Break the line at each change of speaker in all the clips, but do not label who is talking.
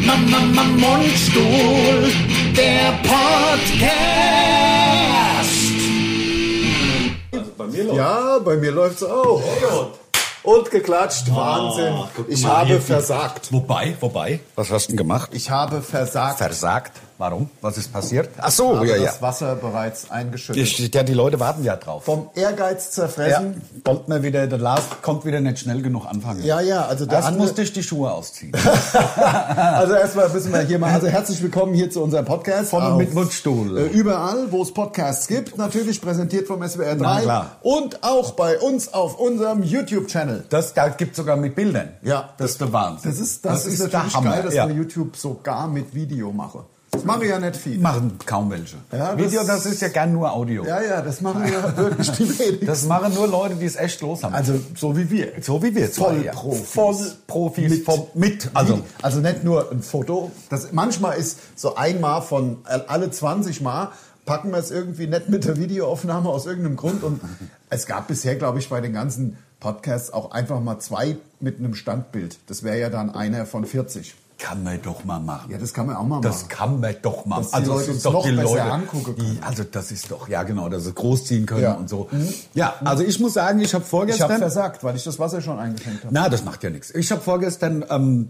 Mundstuhl, der Podcast.
Also bei mir läuft.
Ja, bei mir läuft's auch. Und geklatscht, Wahnsinn. Ich habe versagt.
Wobei? Was hast du denn gemacht?
Ich habe versagt.
Versagt? Warum? Was ist passiert? Ach
Ich
so,
habe
ja.
das Wasser bereits eingeschüttet.
Ja, die Leute warten ja drauf.
Vom Ehrgeiz zerfressen.
Wollt man wieder, der Lars konnte wieder nicht schnell genug anfangen.
Ja, also der
Erst
andere,
musste ich die Schuhe ausziehen.
also erstmal müssen wir hier mal, also herzlich willkommen hier zu unserem Podcast.
Von mit Mundstuhl.
Überall, wo es Podcasts gibt, natürlich präsentiert vom SWR 3.
Na klar.
Und auch bei uns auf unserem YouTube-Channel.
Da gibt sogar mit Bildern.
Ja.
Das ist der Wahnsinn.
Das ist
der
natürlich
Hammer.
geil, dass
ja.
wir YouTube sogar mit Video machen. Das mache ich ja nicht viel.
Machen kaum welche.
Ja,
Video, das ist ja gern nur Audio.
Ja, das machen ja wirklich die wenigsten.
Das machen nur Leute, die es echt los haben.
Also so wie wir.
So wie wir.
Vollprofis.
Vollprofis.
Also nicht nur ein Foto. Manchmal ist so einmal von alle 20 Mal packen wir es irgendwie nicht mit der Videoaufnahme aus irgendeinem Grund. Und es gab bisher, glaube ich, bei den ganzen Podcasts auch einfach mal 2 mit einem Standbild. Das wäre ja dann einer von 40.
Kann man doch mal machen.
Ja, das kann man auch mal
Das
machen.
kann man doch mal.
Dass die Leute uns noch besser angucken können.
Also das ist doch, ja genau, dass sie großziehen können
Ja.
und so. Ja, also ich muss sagen, ich habe
Ich
vorgestern...
habe versagt, weil ich das Wasser schon eingeschenkt habe.
Na, das macht ja nichts. Ich habe vorgestern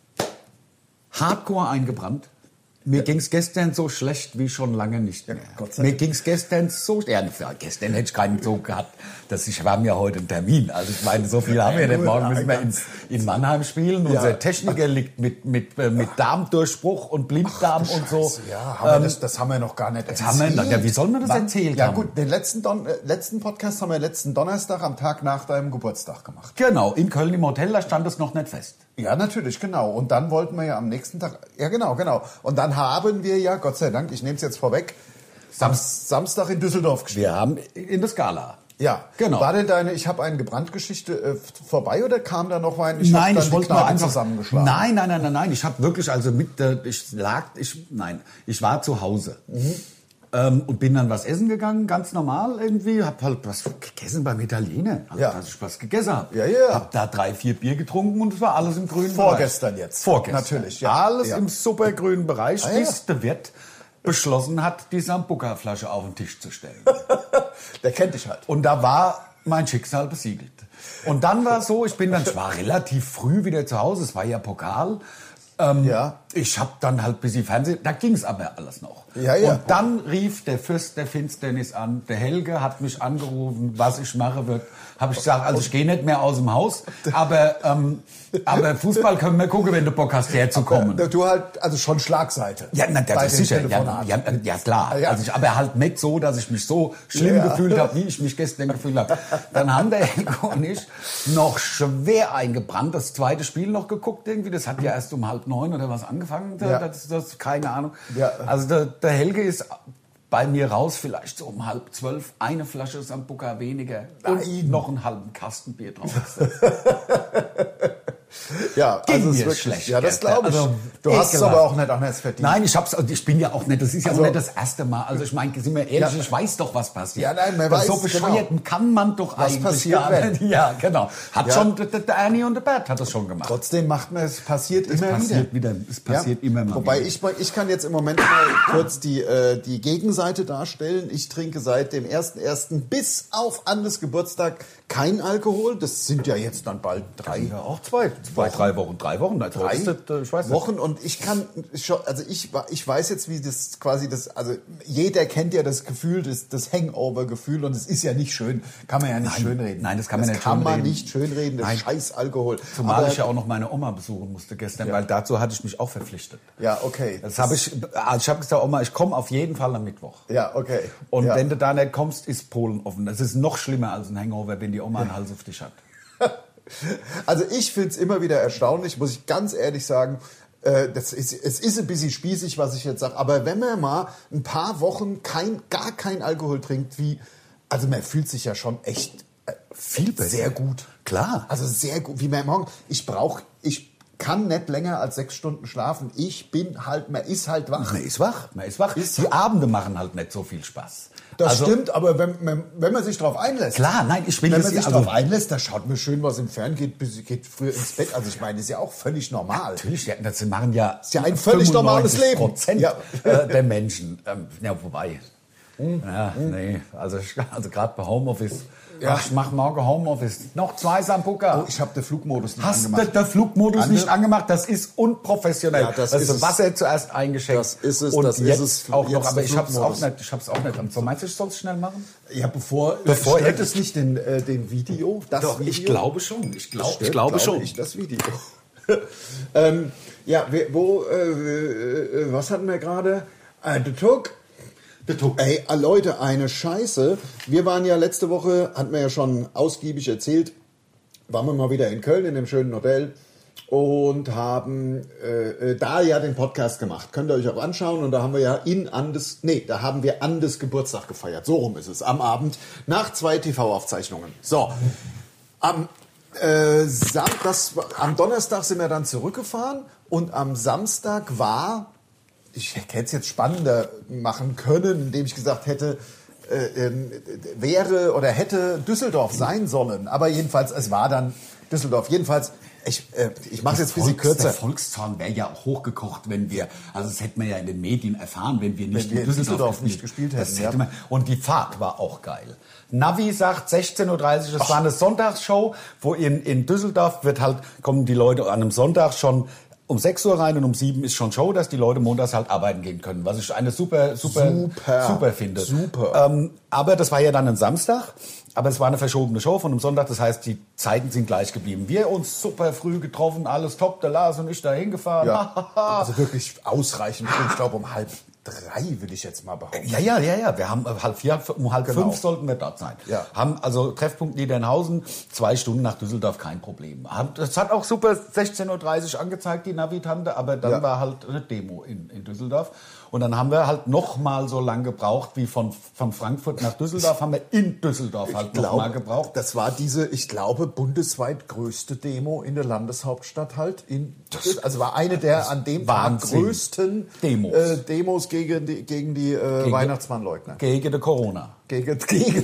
Hardcore eingebrannt. Mir ging's gestern so schlecht wie schon lange nicht mehr.
Gott sei
Mir
Dank.
ging's gestern so... Ja, gestern hätte ich keinen so gehabt. Wir haben ja heute einen Termin. Also ich meine, so viel haben wir nicht. Morgen müssen wir in Mannheim spielen.
Ja.
Unser Techniker liegt mit Darmdurchbruch und Blinddarm und so.
Scheiße, ja, haben wir das haben wir noch gar nicht
Haben wir, ja, wie soll man das erzählt
Ja
haben?
gut, den letzten Podcast haben wir letzten Donnerstag am Tag nach deinem Geburtstag gemacht.
Genau, in Köln im Hotel, da stand es noch nicht fest.
Ja, natürlich, genau. Und dann wollten wir ja am nächsten Tag, ja genau. Und dann haben wir ja, Gott sei Dank, ich nehme es jetzt vorweg, Samstag in Düsseldorf gespielt.
Wir haben in der Skala.
Ja,
Genau.
War denn deine Ich habe einen Gebrannt-Geschichte vorbei oder kam da noch ein?
Nein,
hab
ich
dann
wollte
die
nur
Kneipe
einfach
zusammengeschlagen.
Nein. Ich habe wirklich, also ich war zu Hause. Und bin dann was essen gegangen, ganz normal irgendwie. Hab halt was gegessen beim Italiener,
Ja.
dass ich was gegessen habe.
Ja.
Hab da 3, 4 Bier getrunken und es war alles im grünen
Vorgestern
Bereich.
jetzt.
Vorgestern.
Natürlich, ja.
Alles
Ja.
im supergrünen Bereich,
Ah, ja.
bis der Wirt beschlossen hat, die Sambuca-Flasche auf den Tisch zu stellen.
Der kennt dich halt.
Und da war mein Schicksal besiegelt. Und dann war es so, ich war relativ früh wieder zu Hause, es war ja Pokal.
Ja.
Ich habe dann halt bis die Fernsehen, da ging es aber alles noch.
Ja.
Und dann rief der Fürst der Finsternis an, der Helge hat mich angerufen, was ich mache wird. Habe ich gesagt, also ich gehe nicht mehr aus dem Haus, aber Fußball können wir gucken, wenn du Bock hast, herzukommen.
Du halt, also schon Schlagseite.
Ja, na,
bei
das ist
den
sicher.
Telefonaten.
Ja, klar.
Ja.
Also aber halt nicht so, dass ich mich so schlimm gefühlt habe, wie ich mich gestern gefühlt habe. Dann haben der Helge und ich noch schwer eingebrannt. Das zweite Spiel noch geguckt irgendwie. Das hat ja erst um 8:30 oder was angefangen.
Ja.
Das keine Ahnung.
Ja.
Also der Helge ist bei mir raus, vielleicht so um 11:30, eine Flasche Sambuca weniger und noch einen halben Kasten Bier drauf.
Ja,
Ging
also es
mir
ist wirklich,
schlecht
ja, das glaube ich.
gestern. Also,
du hast es
ekelhaft.
aber auch nicht anders verdient.
Nein, ich bin ja auch nicht, das ist ja
Also-
auch nicht das erste Mal. Also ich meine, sind wir ehrlich, ich weiß doch, was passiert.
Ja, nein, man
Das
weiß,
so bescheuert kann man doch
Was
eigentlich
passiert,
gar
wenn?
nicht. Ja, genau. Hat
Ja.
schon, der Ernie und der Bert hat das schon gemacht.
Trotzdem macht man es, passiert immer
passiert
wieder.
Es passiert immer mal
Wobei
wieder.
ich kann jetzt im Moment mal kurz die Gegenseite darstellen. Ich trinke seit dem 1.1. bis auf Annes Geburtstag kein Alkohol. Das sind ja jetzt dann bald 3
Ja, auch 3 Wochen. 3 Wochen. Ich weiß nicht.
Wochen und ich kann schon, also ich weiß jetzt, wie das quasi also jeder kennt ja das Gefühl, das Hangover-Gefühl und es ist ja nicht schön, kann man ja nicht schönreden.
Nein, das kann man nicht schönreden.
nicht schönreden, das
Nein.
scheiß Alkohol.
Zumal ich ja auch noch meine Oma besuchen musste gestern, weil dazu hatte ich mich auch verpflichtet.
Ja, okay.
Ich habe gesagt, Oma, ich komme auf jeden Fall am Mittwoch.
Ja, okay.
Und
ja.
wenn du da nicht kommst, ist Polen offen. Das ist noch schlimmer als ein Hangover, wenn die Oma einen Hals auf dich hat.
Also ich finde es immer wieder erstaunlich, muss ich ganz ehrlich sagen. Es ist ein bisschen spießig, was ich jetzt sage, aber wenn man mal ein paar Wochen gar kein Alkohol trinkt, also man fühlt sich ja schon echt
Viel besser.
sehr gut.
Klar.
Also sehr gut, wie man morgen. Ich kann nicht länger als 6 Stunden schlafen. Man ist halt wach.
Man ist wach. Die Abende machen halt nicht so viel Spaß.
Das stimmt, aber wenn man sich darauf einlässt.
Klar, nein, ich will
Wenn
das
man sich
also,
darauf einlässt, da schaut man schön was im Fernsehen, geht früher ins Bett. Also ich meine, das ist ja auch völlig normal.
Natürlich, das machen ja,
ist ja ein völlig normales Leben.
95% der Menschen. Ja, wobei. Ja, nee, also gerade bei Homeoffice. Ja. Ich mache morgen Homeoffice. Noch 2 Sambuca.
Oh, ich habe den Flugmodus nicht
angemacht.
angemacht.
Hast du den Flugmodus nicht angemacht? Das ist unprofessionell.
Ja, das
ist Wasser zuerst eingeschenkt.
Das ist es.
Und
das
jetzt
ist es
auch noch.
jetzt
Aber ich habe es auch
Flugmodus.
nicht. Ich habe es auch nicht. So, meinst du, ich soll es schnell machen?
Ja, bevor
stört
es nicht den Video?
Doch,
Video?
ich glaube schon. Ich glaube schon.
Ich das Video. Was hatten wir gerade? The Talk. Ey, Leute, eine Scheiße. Wir waren ja letzte Woche, hatten wir ja schon ausgiebig erzählt, waren wir mal wieder in Köln in dem schönen Hotel und haben da ja den Podcast gemacht. Könnt ihr euch auch anschauen. Und da haben wir ja da haben wir Andes Geburtstag gefeiert. So rum ist es. Am Abend nach 2 TV-Aufzeichnungen. So. Am Donnerstag sind wir dann zurückgefahren und am Samstag ich hätte es jetzt spannender machen können, indem ich gesagt hätte, hätte Düsseldorf sein sollen. Aber jedenfalls, es war dann Düsseldorf. Jedenfalls, ich mache es jetzt ein bisschen kürzer.
Der Volkszorn wäre ja auch hochgekocht, wenn wir, also das hätten wir ja in den Medien erfahren, wenn wir nicht
in Düsseldorf nicht gespielt hätten.
Und die Fahrt war auch geil. Navi sagt 16:30 Uhr, das war eine Sonntagsshow, wo in Düsseldorf kommen die Leute an einem Sonntag schon um 6 Uhr rein und um 7 ist schon Show, dass die Leute montags halt arbeiten gehen können, was ich eine super finde.
Super.
Aber das war ja dann ein Samstag, aber es war eine verschobene Show von einem Sonntag, das heißt, die Zeiten sind gleich geblieben. Wir uns super früh getroffen, alles top, der Lars und ich da hingefahren.
Ja. Also wirklich ausreichend früh, ich glaube um 2:30 will ich jetzt mal behaupten.
Ja. Wir haben um 4:30 sollten wir dort sein.
Ja.
Haben also Treffpunkt Niedernhausen, 2 Stunden nach Düsseldorf, kein Problem. Das hat auch super 16:30 Uhr angezeigt, die Navi-Tante, aber dann war halt eine Demo in Düsseldorf. Und dann haben wir halt noch mal so lang gebraucht, wie von Frankfurt nach Düsseldorf, haben wir in Düsseldorf halt noch mal gebraucht.
Das war diese, ich glaube, bundesweit größte Demo in der Landeshauptstadt halt. Also war eine der an dem Tag größten Demos gegen die Weihnachtsmannleugner.
Gegen die Corona.
Gegen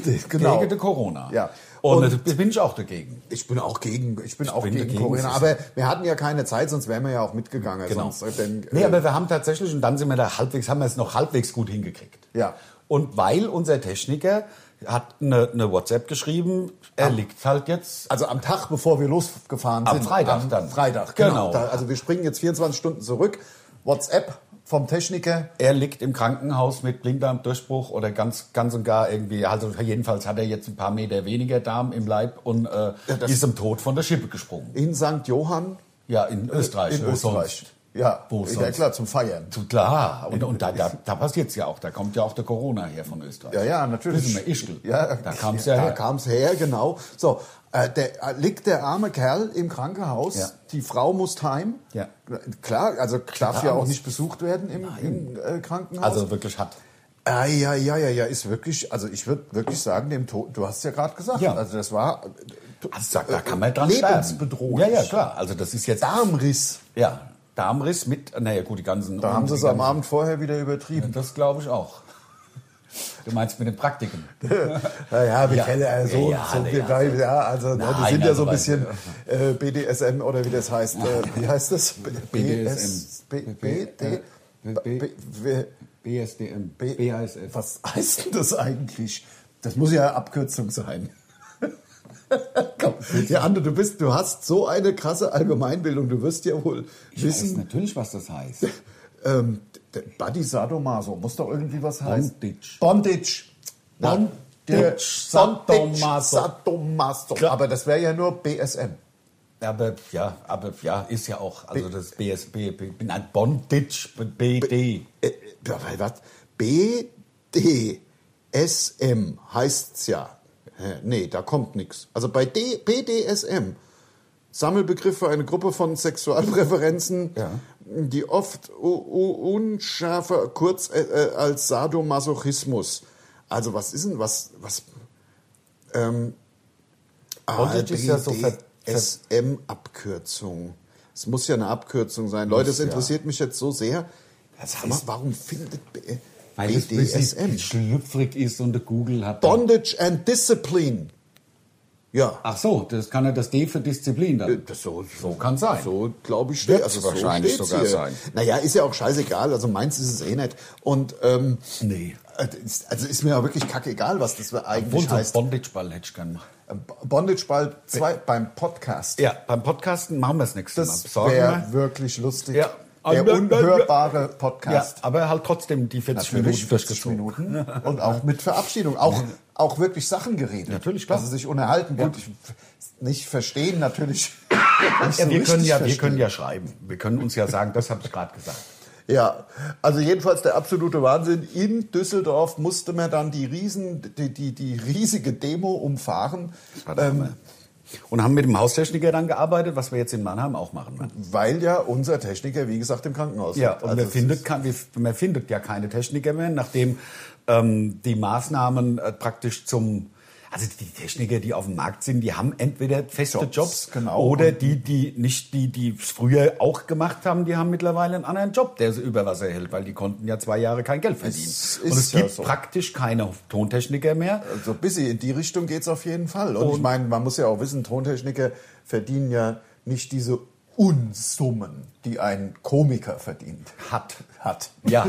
die
Corona.
Ja.
Und bin ich auch dagegen.
Ich bin auch gegen Corona. Aber wir hatten ja keine Zeit, sonst wären wir ja auch mitgegangen.
Genau.
Sonst,
aber wir haben tatsächlich, und dann sind wir haben wir es noch halbwegs gut hingekriegt.
Ja.
Und weil unser Techniker hat eine WhatsApp geschrieben, er liegt halt jetzt...
Also am Tag, bevor wir losgefahren sind.
Am Freitag dann.
Freitag, genau. Also wir springen jetzt 24 Stunden zurück. WhatsApp vom Techniker.
Er liegt im Krankenhaus mit Blinddarmdurchbruch oder ganz und gar irgendwie, also jedenfalls hat er jetzt ein paar Meter weniger Darm im Leib und ist im Tod von der Schippe gesprungen.
In St. Johann?
Ja, in Österreich.
In Österreich. Ja,
wo
ja klar, zum Feiern.
Klar, und da passiert es ja auch, da kommt ja auch der Corona her von Österreich.
Ja, natürlich.
Wissen wir, Ischgl.
Ja,
da kam es ja her.
Da kam es her, genau. So, liegt der arme Kerl im Krankenhaus, die Frau muss heim. Ja. Klar, also darf ja auch nicht besucht werden im Krankenhaus.
Also wirklich hat.
Ja, ist wirklich, also ich würde wirklich sagen, dem Tod, du hast es ja gerade gesagt, also das war...
Also da kann man dran
lebensbedrohlich.
Ja, klar, also das ist jetzt...
Darmriss.
Ja, Darmriss mit, naja gut, die ganzen...
Da haben sie es am Abend vorher wieder übertrieben.
Das glaube ich auch. Du meinst mit den Praktiken?
Ja, wir kennen ja so viel. Ja, also die sind ja so ein bisschen BDSM oder wie das heißt. Wie heißt das?
BSDM. BASF.
Was heißt denn das eigentlich? Das muss ja eine Abkürzung sein. Ja, Ande, du hast so eine krasse Allgemeinbildung. Du wirst ja wohl wissen.
Ich weiß natürlich, was das heißt.
Body Sadomaso muss doch irgendwie was heißen.
Bondage.
Sadomaso. Aber das wäre ja nur BSM.
Aber ist ja auch. Also das BSB, bin ein Bondage, BD.
Was? BDSM heißt's ja. Nee, da kommt nichts. Also bei BDSM, Sammelbegriff für eine Gruppe von Sexualpräferenzen, die oft unschärfer kurz als Sadomasochismus. Also was ist denn
Bondage ist ja so
BDSM-Abkürzung. Es muss ja eine Abkürzung sein. Leute, es
ja.
interessiert mich jetzt so sehr. Sag mal, warum findet
Weil es
BDSM
schlüpfrig ist und der Google hat...
Bondage and Discipline. Ja.
Ach so, das kann ja das D für Disziplin dann.
So
kann sein.
So, glaube ich,
Wird
also
wahrscheinlich
so
sogar
hier.
sein.
Naja, ist ja auch scheißegal. Also meins ist es eh nicht. Und,
Nee.
also ist mir ja wirklich kackegal, was das eigentlich
Obwohl, so
heißt.
Bondage-Ball hätte ich gerne machen.
Bondageball 2 beim Podcast.
Ja, beim Podcasten machen wir das nächste Mal.
Das
Besorgen
wäre
wir.
wirklich lustig.
Ja.
Der unhörbare
Ja,
Podcast.
aber halt trotzdem die 40 Minuten
40
durchgezogen.
Minuten. Und auch mit Verabschiedung. Auch wirklich Sachen geredet.
Natürlich, klar.
Also sich unterhalten. Gut, ich nicht verstehen natürlich. Nicht
Ja,
so
wir
richtig
können
verstehen.
ja schreiben. Wir können uns ja sagen, das habe ich gerade gesagt.
Ja, also jedenfalls der absolute Wahnsinn. In Düsseldorf musste man dann die riesige Demo umfahren,
Und haben mit dem Haustechniker dann gearbeitet, was wir jetzt in Mannheim auch machen werden.
weil ja unser Techniker, wie gesagt, im Krankenhaus
Ja,
liegt.
und
Also
man findet ja keine Techniker mehr, nachdem die Maßnahmen praktisch also die Techniker, die auf dem Markt sind, die haben entweder feste Jobs
genau.
oder die es früher auch gemacht haben, die haben mittlerweile einen anderen Job, der sie über Wasser hält, weil die konnten ja 2 Jahre kein Geld verdienen. Und es
ja
gibt
so.
praktisch keine Tontechniker mehr.
Also ein bisschen in die Richtung geht's auf jeden Fall. Und ich meine, man muss ja auch wissen, Tontechniker verdienen ja nicht diese Unsummen, die ein Komiker verdient. Hat.
Ja.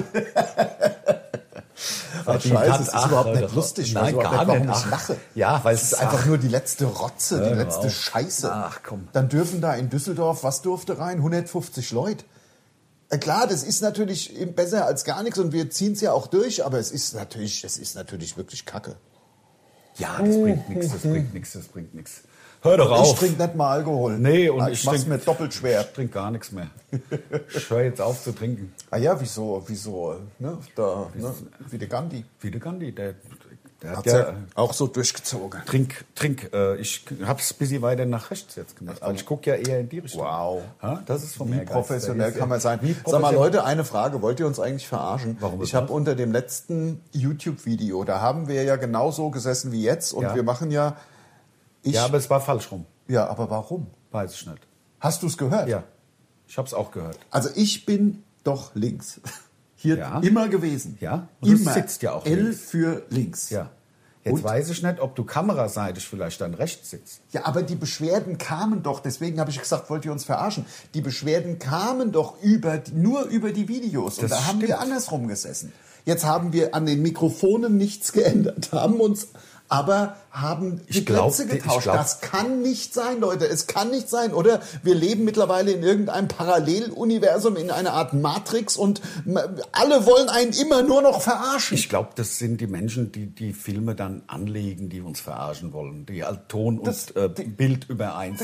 Ach, scheiße, es ist überhaupt nicht lustig.
Nein,
ich weiß
gar
überhaupt
nicht.
nicht, warum ich lache.
Ja, weil
Es ist einfach nur die letzte Rotze, die letzte
auf.
Scheiße.
Ach, komm.
Dann dürfen da in Düsseldorf, was durfte rein? 150 Leute. Klar, das ist natürlich besser als gar nichts und wir ziehen es ja auch durch, aber es ist natürlich wirklich Kacke.
Ja, das bringt nichts. Hör doch auf.
Ich trinke nicht mal Alkohol.
Nee, und
ich mach's mir doppelt schwer.
Ich trinke gar nichts mehr. Ich höre jetzt auf zu trinken.
Ah ja, wieso, ne? Wie der Gandhi.
Wie der Gandhi, der hat
Hat's ja auch so durchgezogen.
Trink. Ich hab's ein bisschen weiter nach rechts jetzt gemacht, weil ich gucke ja eher in die Richtung.
Wow.
Ja, das ist vom
Wie
Ehrgeiz.
professionell kann man sein.
Wie
Sag mal,
professionell-
Leute, eine Frage. Wollt ihr uns eigentlich verarschen?
Warum
Ich
das?
habe unter dem letzten YouTube-Video, da haben wir ja genauso gesessen wie jetzt und
Ja.
wir machen ja...
Ja, aber es war falsch rum.
Ja, aber warum?
Weiß ich nicht.
Hast du es gehört?
Ja, ich hab's auch gehört.
Also ich bin doch links. Hier
Ja.
immer gewesen.
Ja, und du
immer.
sitzt ja auch
L
links.
für links.
Ja. Jetzt
Und?
weiß ich nicht, ob du kameraseitig vielleicht dann rechts sitzt.
Ja, aber die Beschwerden kamen doch, deswegen habe ich gesagt, wollt ihr uns verarschen? Die Beschwerden kamen doch nur über die Videos. Und
Das
da haben wir
stimmt.
andersrum gesessen. Jetzt haben wir an den Mikrofonen nichts geändert, haben die
Ich glaub,
Plätze getauscht.
ich glaub-
Das kann nicht sein, Leute. Es kann nicht sein. Oder wir leben mittlerweile in irgendeinem Paralleluniversum, in einer Art Matrix und alle wollen einen immer nur noch verarschen.
Ich glaube, das sind die Menschen, die die Filme dann anlegen, die uns verarschen wollen, die halt Ton und Bild übereins.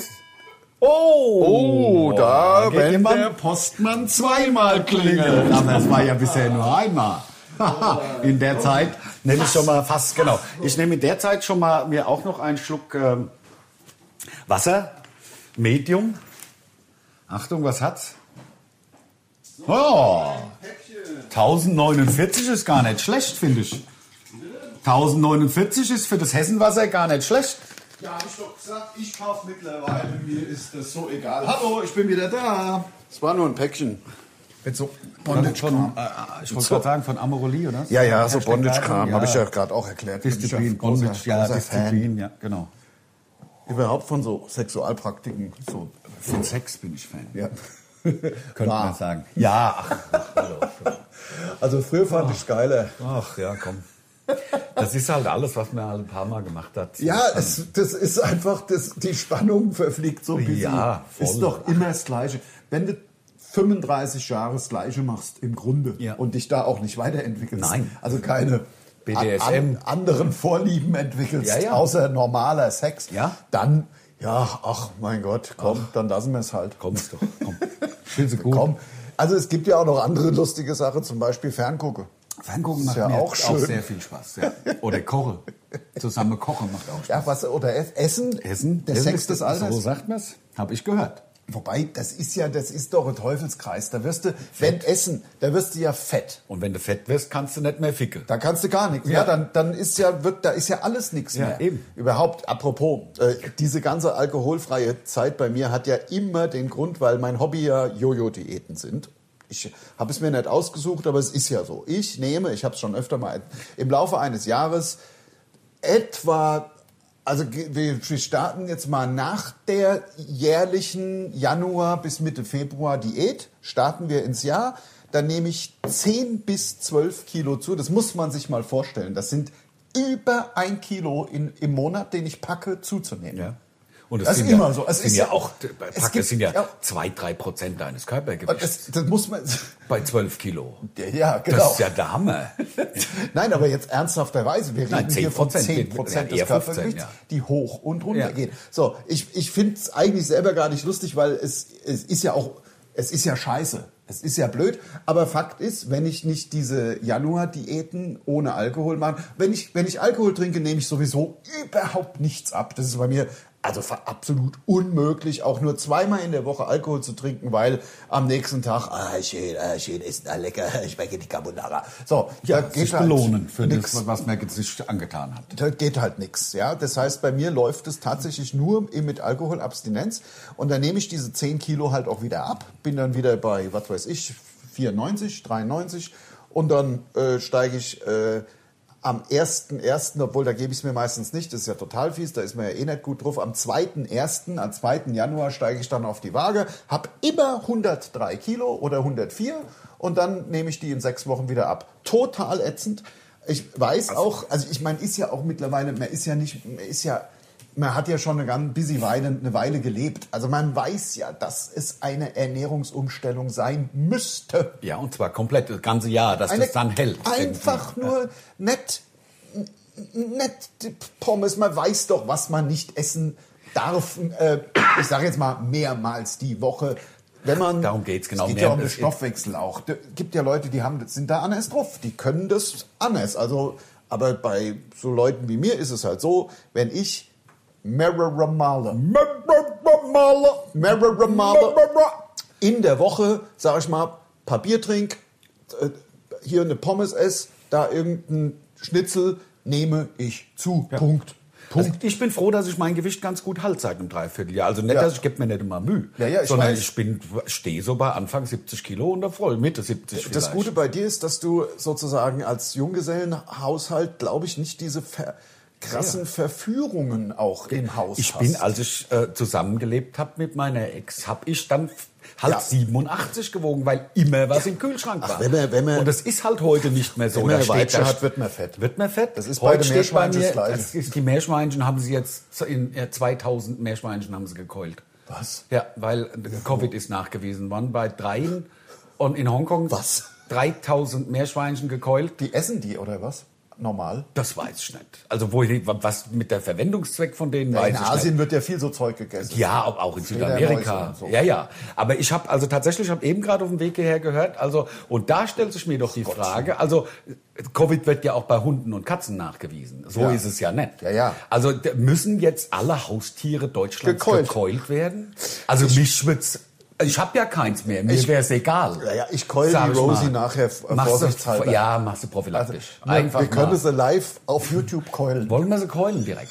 da,
geht
wenn
jemand?
der Postmann zweimal klingelt.
Aber es war ja bisher nur einmal. In der Zeit nehme ich schon mal fast, genau. Ich nehme in der Zeit schon mal mir auch noch einen Schluck Wasser, Medium. Achtung, was hat's? Oh, 1049 ist gar nicht schlecht, finde ich. 1049 ist für das Hessenwasser gar nicht schlecht.
Ja, hab ich doch gesagt, ich kaufe mittlerweile, mir ist das so egal. Hallo, ich bin wieder da. Es war nur ein Päckchen. Mit so
Ich wollte gerade sagen, von Amoroli, oder?
Ja, so
Hashtag
Bondage-Kram,
ja.
habe ich ja gerade auch erklärt. Bin ich
Disziplin,
ein großer-
Bondage, ja,
großer Fan.
Disziplin, ja, genau.
Überhaupt von so Sexualpraktiken. So.
Von Sex bin ich Fan.
Ja.
Könnte man sagen. Ja, hallo.
Also früher fand ich es geiler.
Ach ja, komm. Das ist halt alles, was man halt ein paar Mal gemacht hat.
Ja, das ist einfach, die Spannung verfliegt so ein bisschen.
Ja, voll.
Ist doch immer das Gleiche. Wenn du 35 Jahre das Gleiche machst, im Grunde,
Ja.
und dich da auch nicht weiterentwickelst,
Nein.
also keine
BDSM.
anderen Vorlieben entwickelst,
Ja, ja.
außer normaler Sex,
Ja.
dann, ja, ach mein Gott, komm, dann lassen wir es halt.
Kommst doch, komm. Ich finde sie gut.
Komm. Also es gibt ja auch noch andere lustige Sachen, zum Beispiel Ferngucke.
Ferngucken
Ist
macht
ja
mir
auch schön.
sehr viel Spaß. Ja. Oder Kochen. Zusammen kochen macht auch Spaß.
Ja, was, oder Essen?
Essen.
Der
Essen
Sex
ist-
des Alters?
So sagt man es. Habe ich gehört.
Wobei, das ist doch ein Teufelskreis. Da wirst du, wenn essen, da wirst du ja fett.
Und wenn du fett wirst, kannst du nicht mehr ficken.
Da kannst du gar nichts.
Ja.
Ja, dann ist ja, da ist ja alles nichts
Ja,
mehr.
eben.
Überhaupt, apropos, diese ganze alkoholfreie Zeit bei mir hat ja immer den Grund, weil mein Hobby ja Jojo-Diäten sind. Ich habe es mir nicht ausgesucht, aber es ist ja so. Ich habe es schon öfter mal im Laufe eines Jahres etwa, also wir starten jetzt mal nach der jährlichen Januar bis Mitte Februar Diät, starten wir ins Jahr, dann nehme ich 10 bis 12 Kilo zu. Das muss man sich mal vorstellen. Das sind über 1 Kilo im Monat, den ich packe, zuzunehmen.
Ja. Und
Das ist immer so.
Es sind ja auch, das sind ja
ja
2-3% deines Körpergewichts.
Das muss man.
Bei 12 Kilo.
Ja, genau.
Das ist ja der Hammer.
Nein, aber jetzt ernsthafterweise. Wir reden hier von 10%
ja,
des
eher 15,
Körpergewichts,
ja.
die hoch und runter
Ja.
gehen. So, ich finde es eigentlich selber gar nicht lustig, weil es ist ja scheiße. Es ist ja blöd. Aber Fakt ist, wenn ich nicht diese Januar-Diäten ohne Alkohol mache, wenn ich Alkohol trinke, nehme ich sowieso überhaupt nichts ab. Das ist bei mir also absolut unmöglich, auch nur 2-mal in der Woche Alkohol zu trinken, weil am nächsten Tag, schön essen, lecker, Spaghetti Carbonara. So,
Ja,
da
sich
geht halt
belohnen für
nix.
das, was man sich angetan hat.
Da geht halt nichts. Ja? Das heißt, bei mir läuft es tatsächlich nur mit Alkoholabstinenz. Und dann nehme ich diese 10 Kilo halt auch wieder ab. Bin dann wieder bei, 94, 93. Und dann steige ich am 1.1., obwohl da gebe ich es mir meistens nicht, das ist ja total fies, da ist man ja eh nicht gut drauf. Am 2.1., am 2. Januar steige ich dann auf die Waage, habe immer 103 Kilo oder 104 und dann nehme ich die in 6 Wochen wieder ab. Total ätzend. Ich weiß auch, also ich meine, ist ja auch mittlerweile, man hat ja schon eine Weile gelebt. Also man weiß ja, dass es eine Ernährungsumstellung sein müsste.
Ja, und zwar komplett das ganze Jahr, dass das dann hält.
Einfach
irgendwie.
nur nicht Pommes. Man weiß doch, was man nicht essen darf. Ich sage jetzt mal mehrmals die Woche. Wenn man,
Darum geht's genau.
Es geht ja um den Stoffwechsel auch. Es gibt ja Leute, sind da anders drauf. Die können das anders. Also, aber bei so Leuten wie mir ist es halt so, wenn ich mehrere Male in der Woche, sag ich mal, Papier trink, hier eine Pommes esse, da irgendein Schnitzel, nehme ich zu. Ja. Punkt.
Also ich bin froh, dass ich mein Gewicht ganz gut halte seit einem Dreivierteljahr. Also nicht, dass ich gebe mir nicht immer Mühe, sondern ich stehe so bei Anfang 70 Kilo und voll Mitte 70 vielleicht.
Das Gute bei dir ist, dass du sozusagen als Junggesellenhaushalt, glaube ich, nicht diese krassen Verführungen auch im Haus hast.
Als ich zusammengelebt habe mit meiner Ex, habe ich dann 87 gewogen, weil immer was im Kühlschrank war.
Wenn man,
und das ist halt heute nicht mehr so.
Wenn man ein Weibchen hat, wird man fett.
Wird man fett?
Das ist bei den Meerschweinchen das Gleiche.
Die Meerschweinchen haben sie jetzt, 2000 Meerschweinchen haben sie gekeult.
Was?
Ja, weil Covid ist nachgewiesen worden bei 3 und in Hongkong 3000 Meerschweinchen gekeult.
Die essen die oder was? Normal?
Das weiß ich nicht. Also was mit der Verwendungszweck von denen weiß ich nicht.
In Asien wird ja viel so Zeug gegessen.
Ja, auch in Südamerika. So. Ja. Aber ich habe eben gerade auf dem Weg hierher gehört, und da stellt sich mir doch die Frage, Covid wird ja auch bei Hunden und Katzen nachgewiesen. So ist es ja nicht.
Ja.
Also müssen jetzt alle Haustiere Deutschlands gekeult werden? Also mich wird's. Ich habe ja keins mehr, mir wäre es egal.
Ja, ich keule die Rosie nachher vorsichtshalber.
Ja, machst du prophylaktisch.
Also, einfach wir können sie live auf YouTube keulen.
Wollen wir sie keulen direkt?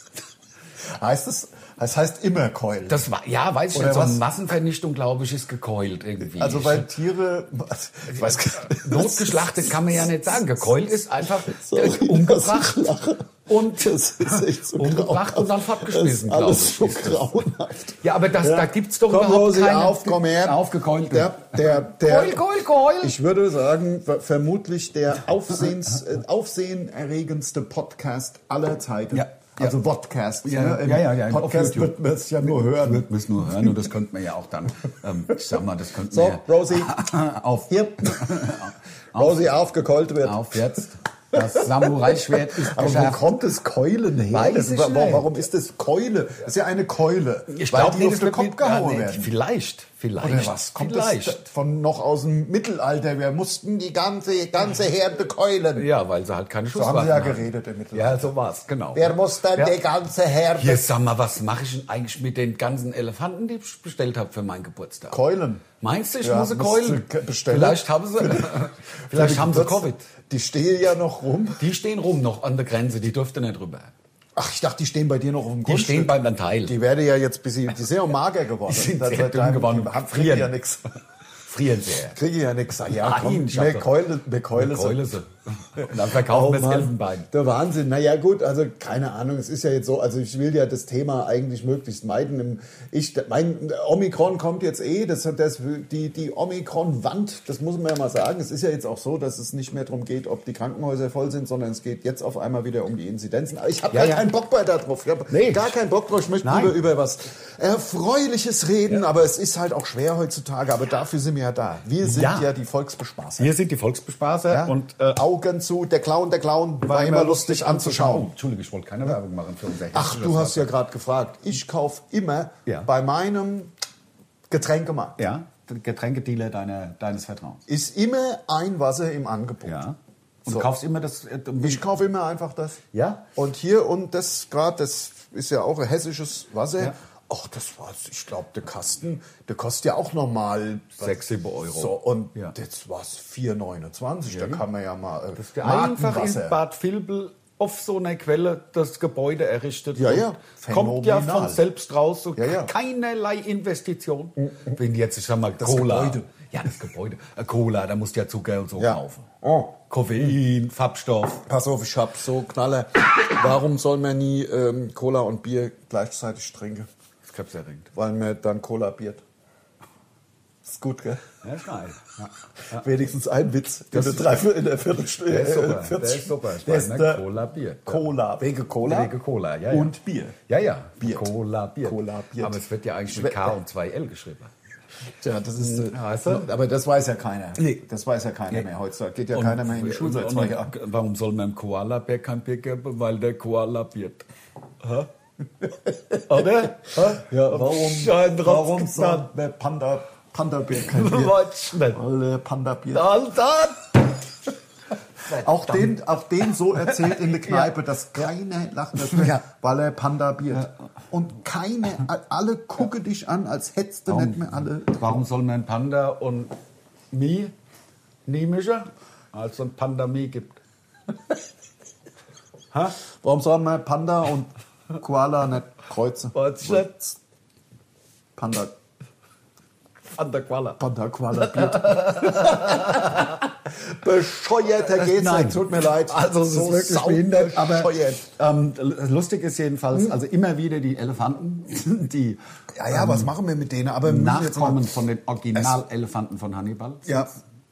Das heißt immer keulen.
Das war, weiß ich nicht, so eine Massenvernichtung, glaube ich, ist gekeult irgendwie.
Also weil Tiere, ich weiß gar nicht.
Notgeschlachtet kann man ja nicht sagen. Gekeult ist einfach umgebracht. Und
das ist echt so
umgebracht und dann fortgeschmissen, glaube ich.
Das ist so grauenhaft.
Ja, aber da gibt's doch
überhaupt
Rosie,
keine... Komm her.
Aufgekeult.
Keul. Ich würde sagen, vermutlich der aufsehenerregendste Podcast aller Zeiten. Ja. Also Podcast.
Ja.
Podcast wird man es ja nur hören.
Wird man es nur hören und das könnte man ja auch dann, ich sag mal, das könnte
man Rosie,
hier.
Rosie aufgekeult wird.
Auf jetzt. Das Samurai-Schwert ist
aber wo kommt das Keulen her? Warum ist das Keule? Das ist ja eine Keule.
Ich glaube,
die auf den Kopf gehauen werden.
Vielleicht. Vielleicht.
Oder was? Kommt
Vielleicht.
das von noch aus dem Mittelalter? Wir mussten die ganze Herde keulen.
Ja, weil sie halt keine
So
Schusswaffen
haben sie ja
hatten.
geredet im Mittelalter.
Ja, so war's, genau.
Wer muss dann die ganze Herde
Hier, sag mal, was mache ich denn eigentlich mit den ganzen Elefanten, die ich bestellt habe für meinen Geburtstag?
keulen?
Meinst du, ich
Ja,
muss sie
musst
keulen?
du bestellen.
Vielleicht haben sie, vielleicht haben sie Covid.
Die stehen ja noch rum.
Die stehen rum noch an der Grenze, die dürfte nicht rüber.
Ach, ich dachte, die stehen bei dir noch auf dem
Die
Grundstück.
stehen beim Teil.
Die werden ja jetzt die sind ja mager geworden.
Die sind
Das
sehr
seit
dünn
deinem-
geworden.
Die haben
Frieren.
ja nichts.
Frieren sehr.
Kriege ich ja nichts. Ja,
Nein,
komm,
ich hab
wir
doch-
keulen
Keule sie. Und dann verkaufen wir das
Mann,
Elfenbein.
der Wahnsinn. Naja gut, also keine Ahnung, es ist ja jetzt so, also ich will ja das Thema eigentlich möglichst meiden. Mein Omikron kommt jetzt die Omikron-Wand, das muss man ja mal sagen. Es ist ja jetzt auch so, dass es nicht mehr darum geht, ob die Krankenhäuser voll sind, sondern es geht jetzt auf einmal wieder um die Inzidenzen. Aber ich habe
Ja, ja.
keinen Bock mehr darauf. Ich habe
Nee.
gar keinen Bock drauf. Ich möchte
Nein.
lieber über was Erfreuliches reden, aber es ist halt auch schwer heutzutage. Aber dafür sind wir ja da. Wir sind ja die Volksbespaßer.
Wir sind die Volksbespaßer
Ja?
und
Augen zu, der Clown war immer lustig anzuschauen.
Entschuldige, ich wollte keine Werbung machen für unser
Ach, du hast ja gerade gefragt. Ich kaufe immer
Ja.
bei meinem Getränkemarkt.
Ja, der Getränkedealer deines Vertrauens.
Ist immer ein Wasser im Angebot.
Ja. Und
So.
du kaufst immer das...
Ich kaufe immer einfach das.
Ja?
Und hier und das gerade, das ist ja auch ein hessisches Wasser.
Ja.
Ach, das war's. Ich glaube, der Kasten, der kostet ja auch normal
6, 7 Euro.
So, und
Ja.
jetzt war es 4,29. Da kann man ja mal
Das ist einfach in
Markenwasser.
Bad Vilbel auf so einer Quelle das Gebäude errichtet.
Ja, ja.
Und kommt ja
Phänomenal.
von selbst raus. So
Ja, ja.
Keinerlei Investition. Wenn jetzt, ich sag mal, Cola.
Gebäude.
Ja, das Gebäude. Cola, da musst du ja Zucker und so
Ja.
kaufen.
Oh.
Koffein, Farbstoff.
Pass auf, ich hab so Knaller. Warum soll man nie Cola und Bier gleichzeitig trinken?
Das ist krebserregend.
Weil man dann Cola biert. Ist gut, gell?
Ja, ist geil. Ja.
Wenigstens ein Witz in
Das-
der Viertelstunde.
Der ist super. Der ist super.
Der ist der
Cola, Bier.
Cola. Wegen Cola?
Wegen Cola, ja, ja.
Und Bier.
Ja, ja.
Bier.
Cola, Bier.
Cola, Bier.
Aber es wird ja eigentlich mit K und 2L geschrieben.
Tja, das ist.
Weißt du?
Aber das weiß ja keiner.
Nee.
Das weiß ja keiner
Nee.
mehr heutzutage. Geht ja
Und-
keiner mehr in die Schulseitzweige ab.
Warum soll man dem Koala-Bär kein Bier geben? Weil der Koala biert. Hä? Oder? Hä?
Ja, warum soll
getan?
der Panda-Bier kein Bier?
Weiß nicht.
Weil der Panda-Bier.
Alter!
Auch den so erzählt in der Kneipe, dass keiner lacht,
Ja.
weil er Panda biert. Und alle gucken dich an, als hättest du nicht mehr alle.
Warum soll man Panda und Mi nie mischen? Als es ein Panda Mi gibt. Ha?
Warum soll man Panda und Koala nicht kreuzen?
Was jetzt?
Panda,
Panda-Koala.
Koala biert. Bescheuerter geht's
Nein.
nicht, tut mir leid.
Also es ist wirklich behindert, aber
bescheuert.
lustig ist jedenfalls, also immer wieder die Elefanten, die
Ja, was machen wir mit denen? Aber wir müssen jetzt
Nachkommen
mal-
von den Originalelefanten von Hannibal.
Ja.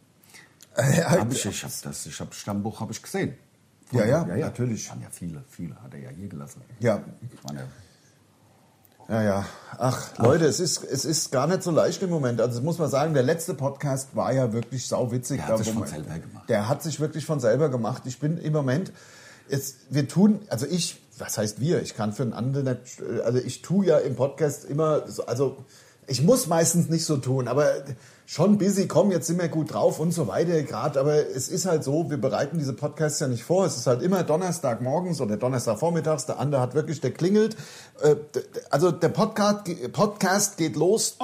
Ich hab Stammbuch habe ich gesehen.
Ja, natürlich.
Waren ja viele hat er ja je gelassen.
Ja.
Waren ja
Ja. Ach, Leute, es ist gar nicht so leicht im Moment. Also das muss man sagen, der letzte Podcast war ja wirklich sauwitzig.
Der hat sich von selber gemacht.
Der hat sich wirklich von selber gemacht. Ich bin im Moment, was heißt wir? Ich kann für einen anderen nicht, also ich tue ja im Podcast immer, also ich muss meistens nicht so tun, aber schon busy, komm, jetzt sind wir gut drauf und so weiter gerade, aber es ist halt so, wir bereiten diese Podcasts ja nicht vor, es ist halt immer Donnerstagmorgens oder Donnerstagvormittags, der der klingelt, also der Podcast geht los.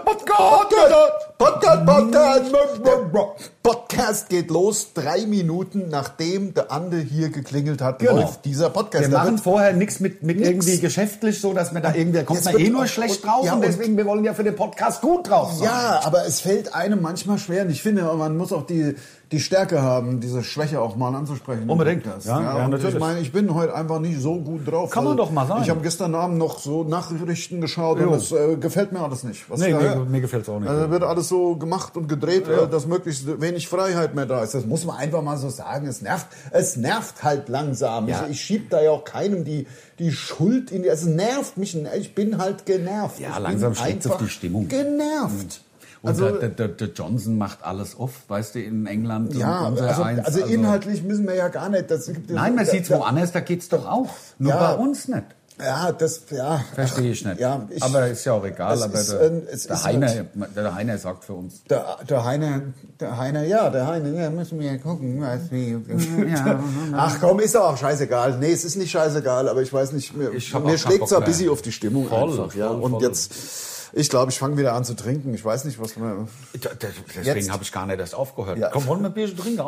Podcast geht los, 3 Minuten nachdem der Ande hier geklingelt hat, läuft dieser Podcast.
Wir
Da
machen
wird-
vorher nichts mit irgendwie geschäftlich, so dass wir da irgendwie, da kommt
Jetzt
man
wird
eh nur
auch-
schlecht
und-
drauf
ja,
und
und-
deswegen, wir wollen ja für den Podcast gut drauf sein.
Ja, aber es fällt einem manchmal schwer. Und ich finde, man muss auch die Stärke haben, diese Schwäche auch mal anzusprechen.
Unbedingt.
Das,
Ja,
und
natürlich.
Ich meine, ich bin heute einfach nicht so gut drauf.
Kann man
Also,
doch mal sagen.
Ich habe gestern Abend noch so Nachrichten geschaut
Jo.
und das gefällt mir alles nicht. Was
Nee,
ich da höre.
mir gefällt's auch nicht.
Also wird alles so gemacht und gedreht, dass möglichst wenig Freiheit mehr da ist. Das muss man einfach mal so sagen. Es nervt halt langsam.
Ja.
Ich schieb da ja auch keinem die Schuld in die. Es nervt mich. Ich bin halt genervt.
Ja,
Ich bin
langsam schlägt es auf
einfach
die Stimmung.
Genervt.
Und
Also-
der Johnson macht alles off, weißt du, in England.
Ja,
und unser eins,
also inhaltlich müssen wir ja gar nicht. Das gibt ja
Nein,
so-
man sieht's woanders, da geht's doch auch. Nur
Ja.
bei uns nicht.
Ja,
Verstehe ich nicht.
Ja,
aber ist ja auch egal. Aber der Heiner sagt für uns.
Der Heiner, müssen wir gucken, Ach komm, ist doch auch scheißegal. Nee, es ist nicht scheißegal, aber ich weiß nicht, mir schlägt es ein bisschen auf die Stimmung einfach. Ja. Und jetzt, ich glaube, ich fange wieder an zu trinken. Ich weiß nicht, was man...
Deswegen habe ich gar nicht erst aufgehört. Ja. Komm, wollen wir ein Bierchen trinken?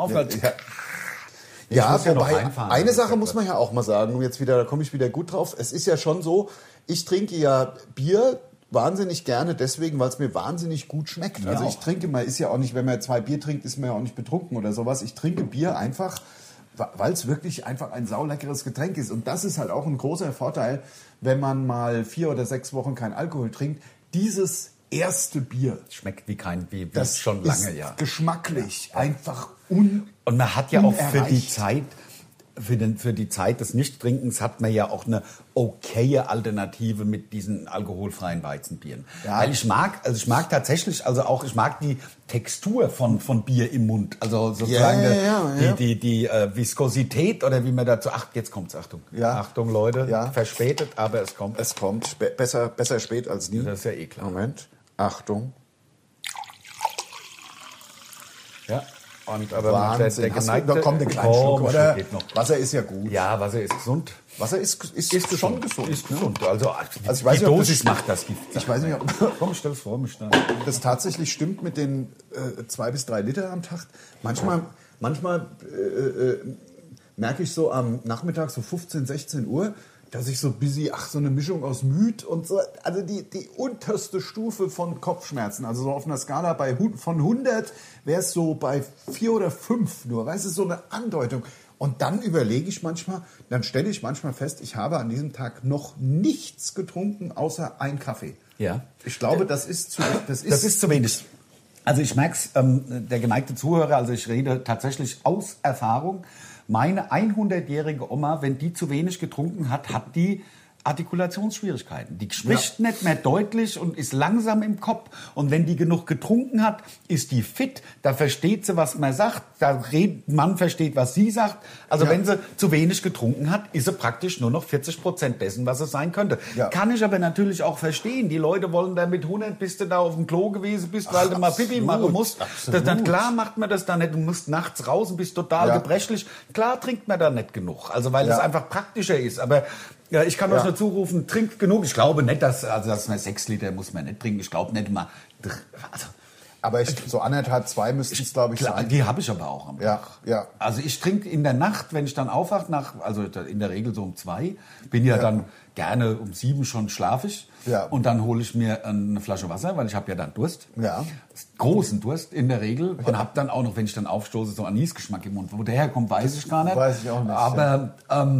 Ja, wobei, eine Sache muss man ja auch mal sagen, jetzt wieder, da komme ich wieder gut drauf. Es ist ja schon so, ich trinke ja Bier wahnsinnig gerne deswegen, weil es mir wahnsinnig gut schmeckt. Also ich trinke, man ist ja auch nicht, wenn man 2 Bier trinkt, ist man ja auch nicht betrunken oder sowas. Ich trinke Bier einfach, weil es wirklich einfach ein sauleckeres Getränk ist. Und das ist halt auch ein großer Vorteil, wenn man mal 4 oder 6 Wochen kein Alkohol trinkt. Dieses erste Bier
schmeckt wie das schon lange,
ist geschmacklich einfach
und man hat ja auch für die Zeit des Nichttrinkens hat man ja auch eine okaye Alternative mit diesen alkoholfreien Weizenbieren. Ja. Weil ich mag tatsächlich, ich mag die Textur von Bier im Mund. Also sozusagen die Viskosität oder wie man dazu, jetzt kommt's, Achtung. Ja. Achtung, Leute, verspätet, aber es kommt.
Es kommt, besser spät als nie.
Das ist ja eh klar.
Moment, Achtung.
Ja.
Aber Wahnsinn. Da kommt eine kleine Schluck, oder? Wasser ist ja gut.
Ja, Wasser ist gesund.
Wasser ist schon gesund.
Ist gesund. Also
ich weiß
die Dosis macht das Gift.
Ich weiß nicht,
komm, stell's vor mich dann.
Das tatsächlich stimmt mit den 2 bis 3 Liter am Tag. Manchmal merke ich so am Nachmittag, so 15, 16 Uhr, dass ich so ein bisschen, so eine Mischung aus müd und so, also die unterste Stufe von Kopfschmerzen, also so auf einer Skala von 100 wäre es so bei 4 oder 5 nur, weißt du, so eine Andeutung. Und dann dann stelle ich manchmal fest, ich habe an diesem Tag noch nichts getrunken, außer einen Kaffee.
Ja.
Ich glaube, das ist zu
wenig. Also ich merke es, der geneigte Zuhörer, also ich rede tatsächlich aus Erfahrung. Meine 100-jährige Oma, wenn die zu wenig getrunken hat, hat die Artikulationsschwierigkeiten. Die spricht nicht mehr deutlich und ist langsam im Kopf. Und wenn die genug getrunken hat, ist die fit. Da versteht sie, was man sagt. Man versteht, was sie sagt. Also wenn sie zu wenig getrunken hat, ist sie praktisch nur noch 40% dessen, was es sein könnte. Ja. Kann ich aber natürlich auch verstehen. Die Leute wollen da mit 100, bis du da auf dem Klo gewesen bist, weil du mal Pipi machen musst. Klar macht man das da nicht. Du musst nachts raus und bist total gebrechlich. Klar trinkt man da nicht genug. Also weil es einfach praktischer ist. Aber ja, ich kann euch nur zurufen, trinkt genug. Ich glaube nicht, dass man 6 Liter muss man nicht trinken. Ich glaube nicht mal.
Aber so 1,5, 2 müssten es, glaube ich, sein.
Die habe ich aber auch am Tag.
Ja.
Also ich trinke in der Nacht, wenn ich dann aufwache, also in der Regel so um 2, bin dann gerne um 7 schon schlafig. Ja. Und dann hole ich mir eine Flasche Wasser, weil ich habe ja dann Durst. Ja. Großen Durst in der Regel. Und habe dann auch noch, wenn ich dann aufstoße, so Anisgeschmack im Mund. Wo der herkommt, weiß ich gar nicht.
Weiß ich auch nicht.
Aber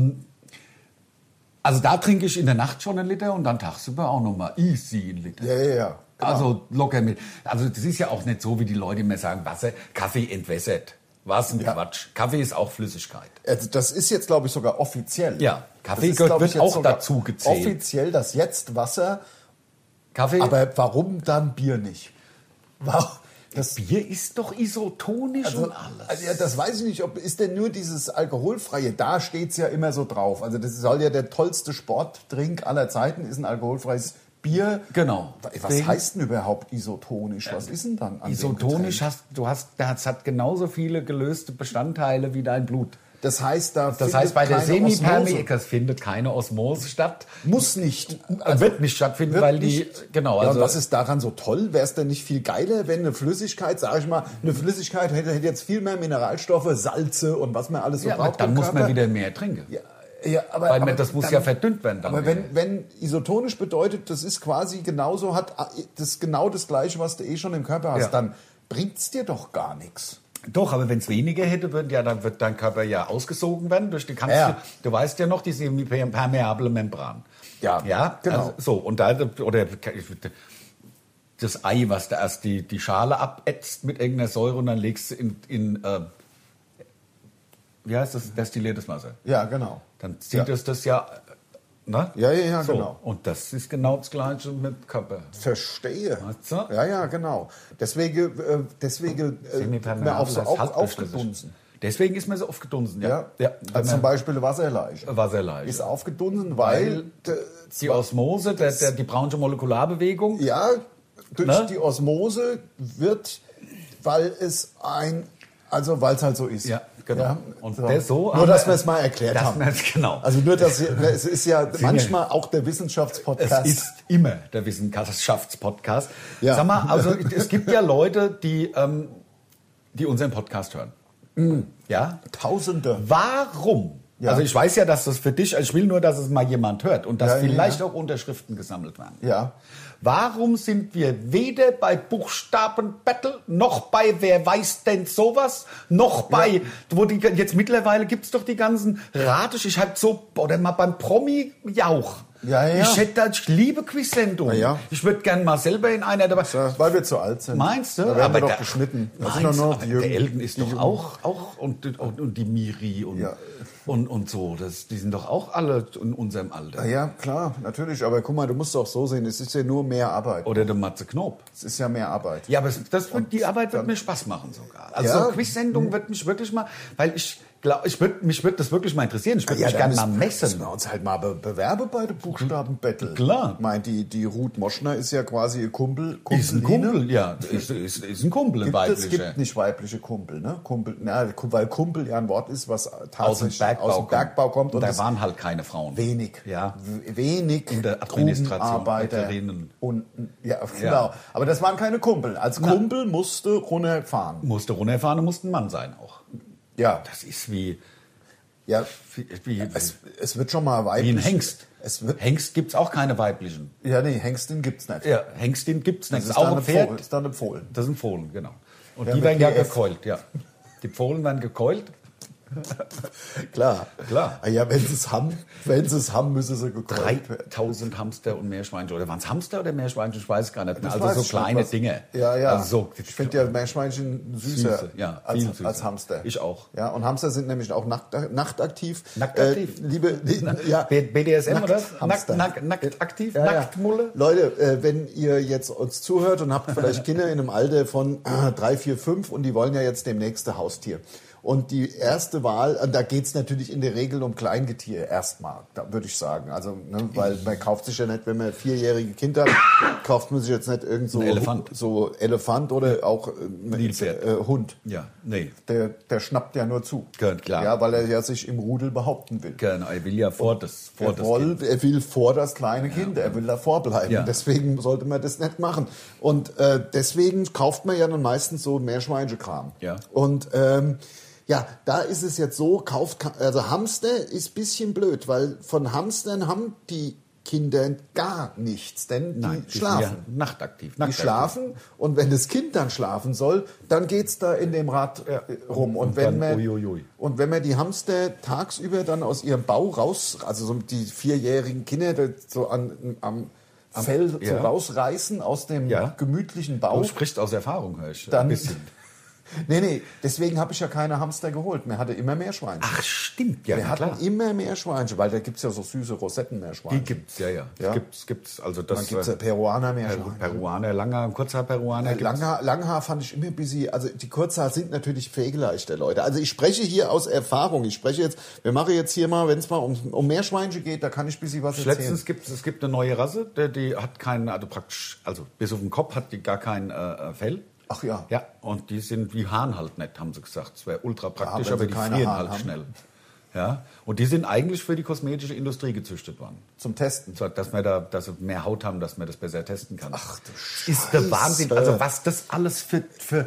also da trinke ich in der Nacht schon 1 Liter und dann tagsüber auch nochmal easy 1 Liter.
Ja. Genau.
Also locker mit. Also das ist ja auch nicht so, wie die Leute immer sagen, Kaffee entwässert. Was ein Quatsch. Kaffee ist auch Flüssigkeit.
Also das ist jetzt, glaube ich, sogar offiziell.
Ja, Kaffee wird auch dazu gezählt.
Offiziell das jetzt Wasser.
Kaffee.
Aber warum dann Bier nicht? Warum?
Das Bier ist doch isotonisch und alles.
Also ja, das weiß ich nicht. Ist denn nur dieses alkoholfreie? Da steht es ja immer so drauf. Also das soll ja der tollste Sportdrink aller Zeiten, ist ein alkoholfreies Bier.
Genau.
Was heißt denn überhaupt isotonisch? Was ist denn dann an
isotonisch? Das hat genauso viele gelöste Bestandteile wie dein Blut.
Das heißt,
bei der Semipermeik findet keine Osmose statt.
Muss nicht.
Wird nicht stattfinden, weil die... Genau.
Ja, und was ist daran so toll? Wäre es denn nicht viel geiler, wenn eine Flüssigkeit, sage ich mal, hätte jetzt viel mehr Mineralstoffe, Salze und was man alles so braucht.
Aber dann muss man wieder mehr trinken.
Ja, aber
das muss ja verdünnt werden.
Aber wenn isotonisch bedeutet, das ist quasi genauso, hat das genau das Gleiche, was du schon im Körper hast, dann bringt's dir doch gar nichts.
Doch, aber wenn es weniger hätte, dann wird dein Körper ja ausgesogen werden. Du weißt ja noch, die semipermeable Membran. Ja, genau. Also, so, und oder das Ei, was da erst die Schale abätzt mit irgendeiner Säure und dann legst du in wie heißt das? Destilliertes Wasser.
Ja, genau.
Dann zieht es das ja... Ne?
Ja,
so.
Genau.
Und das ist genau das Gleiche mit Körper.
Verstehe.
Weißt du?
Ja, genau. Deswegen mir auch so aufgebunsen.
Deswegen ist man so oft gedunsen.
Ja.
Ja.
Also zum Beispiel Wasserleiche.
Wasserleiche.
Ist aufgedunsen, weil
die Osmose, die braunsche Molekularbewegung.
ja, durch
Ne?
die Osmose wird, weil es halt so ist.
Ja, genau.
Ja,
Und
so.
das so,
nur, dass wir es mal erklärt haben.
Genau.
Also nur, dass es ist ja manchmal auch der Wissenschaftspodcast.
Es ist immer der Wissenschaftspodcast.
Ja.
Sag mal, also es gibt ja Leute, die unseren Podcast hören. Ja?
Tausende.
Warum?
Ja.
Also ich weiß ja, dass das für dich, ich will nur, dass es mal jemand hört und dass
Ja,
vielleicht
ja.
auch Unterschriften gesammelt werden.
Ja.
Warum sind wir weder bei Buchstabenbattle noch bei Wer weiß denn sowas, noch bei, jetzt mittlerweile gibt es doch die ganzen oder mal beim Promi-Jauch.
Ja, ja.
Ich liebe Quiz-Sendungen.
Ja, ja.
Ich würde gerne mal selber in einer dabei.
Weil wir zu alt sind.
Meinst du?
Da werden wir doch
der-
geschnitten. Das sind
Meinst
doch
du?
noch die Jürgen-
Der Elton ist
die
doch
Jürgen-
auch und die Miri und so. Die sind doch auch alle in unserem Alter.
Ja, klar, natürlich. Aber guck mal, du musst doch so sehen, es ist ja nur mehr Arbeit.
Oder der Matze Knob.
Es ist ja mehr Arbeit.
Ja, aber die Arbeit wird mir Spaß machen sogar. Also
Ja.
so Quiz-Sendung wird mich wirklich mal, weil ich glaube, mich würde das wirklich mal interessieren. Ich würde mich
dann
gerne mal
müssen
messen.
wir uns halt mal bewerben bei der Buchstabenbattle.
Klar.
Ich meine, die Ruth Moschner ist ja quasi ein Kumpel.
Ist ein
Kumpeline.
Kumpel, ja. Ist ein Kumpel, ein
Es gibt
weiblicher.
nicht weibliche Kumpel, ne? Weil Kumpel ja ein Wort ist, was tatsächlich
aus dem
Bergbau kommt.
Und da
es
waren halt keine Frauen.
wenig.
Ja.
Wenig
In der Administration,
Grubenarbeiter
Bäckerinnen.
und ja, genau. Aber das waren keine Kumpel. Als Kumpel musste runterfahren.
Musste runterfahren und musste ein Mann sein auch.
Ja,
Das ist wie
es wird schon mal weiblich.
ein Hengst. Hengst gibt es auch keine weiblichen.
Ja, nee, Hengstin gibt's nicht.
Ja, Hengstin gibt es nicht.
Das
Das ist auch ein Pferd.
Fohlen. Ist dann ein Fohlen.
Das sind Fohlen, genau. Und
Ja,
die
mit
werden ja
PF.
gekeult, ja. Die Fohlen werden gekeult.
Klar.
Klar.
Ah ja, wenn sie es haben, müssen sie gekeult werden.
3000 Hamster und Meerschweinchen. Oder waren es Hamster oder Meerschweinchen? Ich weiß es gar nicht mehr.
Das
Also
weiß
so
ich schon,
kleine
was-
Dinge.
Ja, ja.
Also so,
ich finde ja Meerschweinchen süßer,
ja,
als,
viel süßer.
als Hamster.
Ich auch.
Ja, und Hamster sind nämlich auch nachtaktiv.
Nacktaktiv?
Ja,
BDSM
Nackt-
oder?
Hamster.
Nackt aktiv?
Ja, ja.
Nacktmulle?
Leute, wenn ihr jetzt uns zuhört und habt vielleicht Kinder in einem Alter von 3, 4, 5 und die wollen ja jetzt demnächst ein Haustier. Und die erste Wahl, da geht's natürlich in der Regel um Kleingetier erstmal, da würde ich sagen. Also, ne, weil man kauft sich ja nicht, wenn man ein 4-jährige Kind hat, kauft man sich jetzt nicht irgend so
Ein Elefant.
so Elefant oder auch
Nilpferd.
Hund.
Ja, nee.
Der schnappt ja nur zu.
Klar.
Ja, weil er ja sich im Rudel behaupten will.
Genau, er will ja vor das Kind.
Er will vor das kleine Kind, er will davor bleiben.
Ja.
Deswegen sollte man das nicht machen. Und deswegen kauft man ja dann meistens so Meerschweinchen-Kram.
Ja.
Und ja, da ist es jetzt so, also Hamster ist ein bisschen blöd, weil von Hamstern haben die Kinder gar nichts, denn die schlafen.
sind ja nachtaktiv.
Die schlafen und wenn das Kind dann schlafen soll, dann geht's da in dem Rad rum. Und wenn
dann,
man die Hamster tagsüber dann aus ihrem Bau raus, also so die 4-jährigen Kinder so am Fell so rausreißen aus dem gemütlichen Bau.
Du sprichst aus Erfahrung, höre ich.
Dann-
ein bisschen.
Nee, deswegen habe ich ja keine Hamster geholt. Mir hatte immer Meerschweinchen.
Ach, stimmt, ja,
Wir
na
hatten
klar.
immer Meerschweinchen, weil da gibt's ja so süße Rosettenmeerschweinchen.
Die gibt's, ja.
Ja.
Gibt's. Also das
Dann gibt's ja Peruaner-Meerschweinchen.
Peruaner, langer, kurzer Peruaner. gibt's.
Langhaar fand ich immer ein bisschen, also die Kurzhaar sind natürlich pflegeleichter, Leute. Also ich spreche hier aus Erfahrung. Wir machen jetzt hier mal, wenn es mal um Meerschweinchen geht, da kann ich ein bisschen was erzählen.
Letztens es gibt eine neue Rasse, die hat keinen, also bis auf den Kopf hat die gar kein Fell.
Ach ja.
Ja, und die sind wie Hahn halt nicht, haben sie gesagt. Es wäre ultra praktisch,
wenn
aber
sie
die
keine
frieren
Hahn
halt
haben.
schnell. Ja, und die sind eigentlich für die kosmetische Industrie gezüchtet worden.
Zum Testen.
So, dass sie mehr Haut haben, dass man das besser testen kann.
Ach du
ist der Wahnsinn. Also was das alles für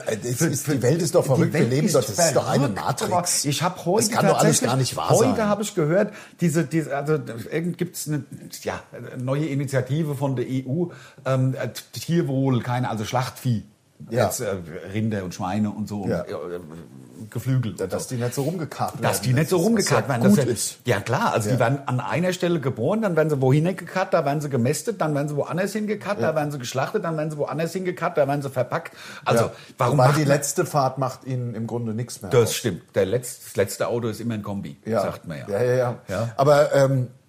die Welt ist doch verrückt.
die Welt
Wir leben doch, das ist doch eine
verrückt.
Matrix.
Ich habe heute
Das kann doch alles
tatsächlich-
gar nicht wahr sein.
Heute habe ich gehört, also gibt es eine neue Initiative von der EU, Tierwohl, also Schlachtvieh.
Ja.
Jetzt Rinder und Schweine und so,
Ja.
und Geflügel.
Dass die nicht so rumgekarrt werden.
Dass die nicht so rumgekarrt werden.
Gut
Das
ist.
Ja klar, also die werden an einer Stelle geboren, dann werden sie wohin gekarrt, da werden sie gemästet, dann werden sie woanders hingekarrt, da werden sie geschlachtet, dann werden sie woanders hingekarrt, da werden sie verpackt. Also warum
Weil
macht
die
man-
letzte Fahrt macht ihnen im Grunde nichts mehr
Das
aus.
stimmt. Das letzte Auto ist immer ein Kombi, sagt man ja.
Ja.
Ja.
Aber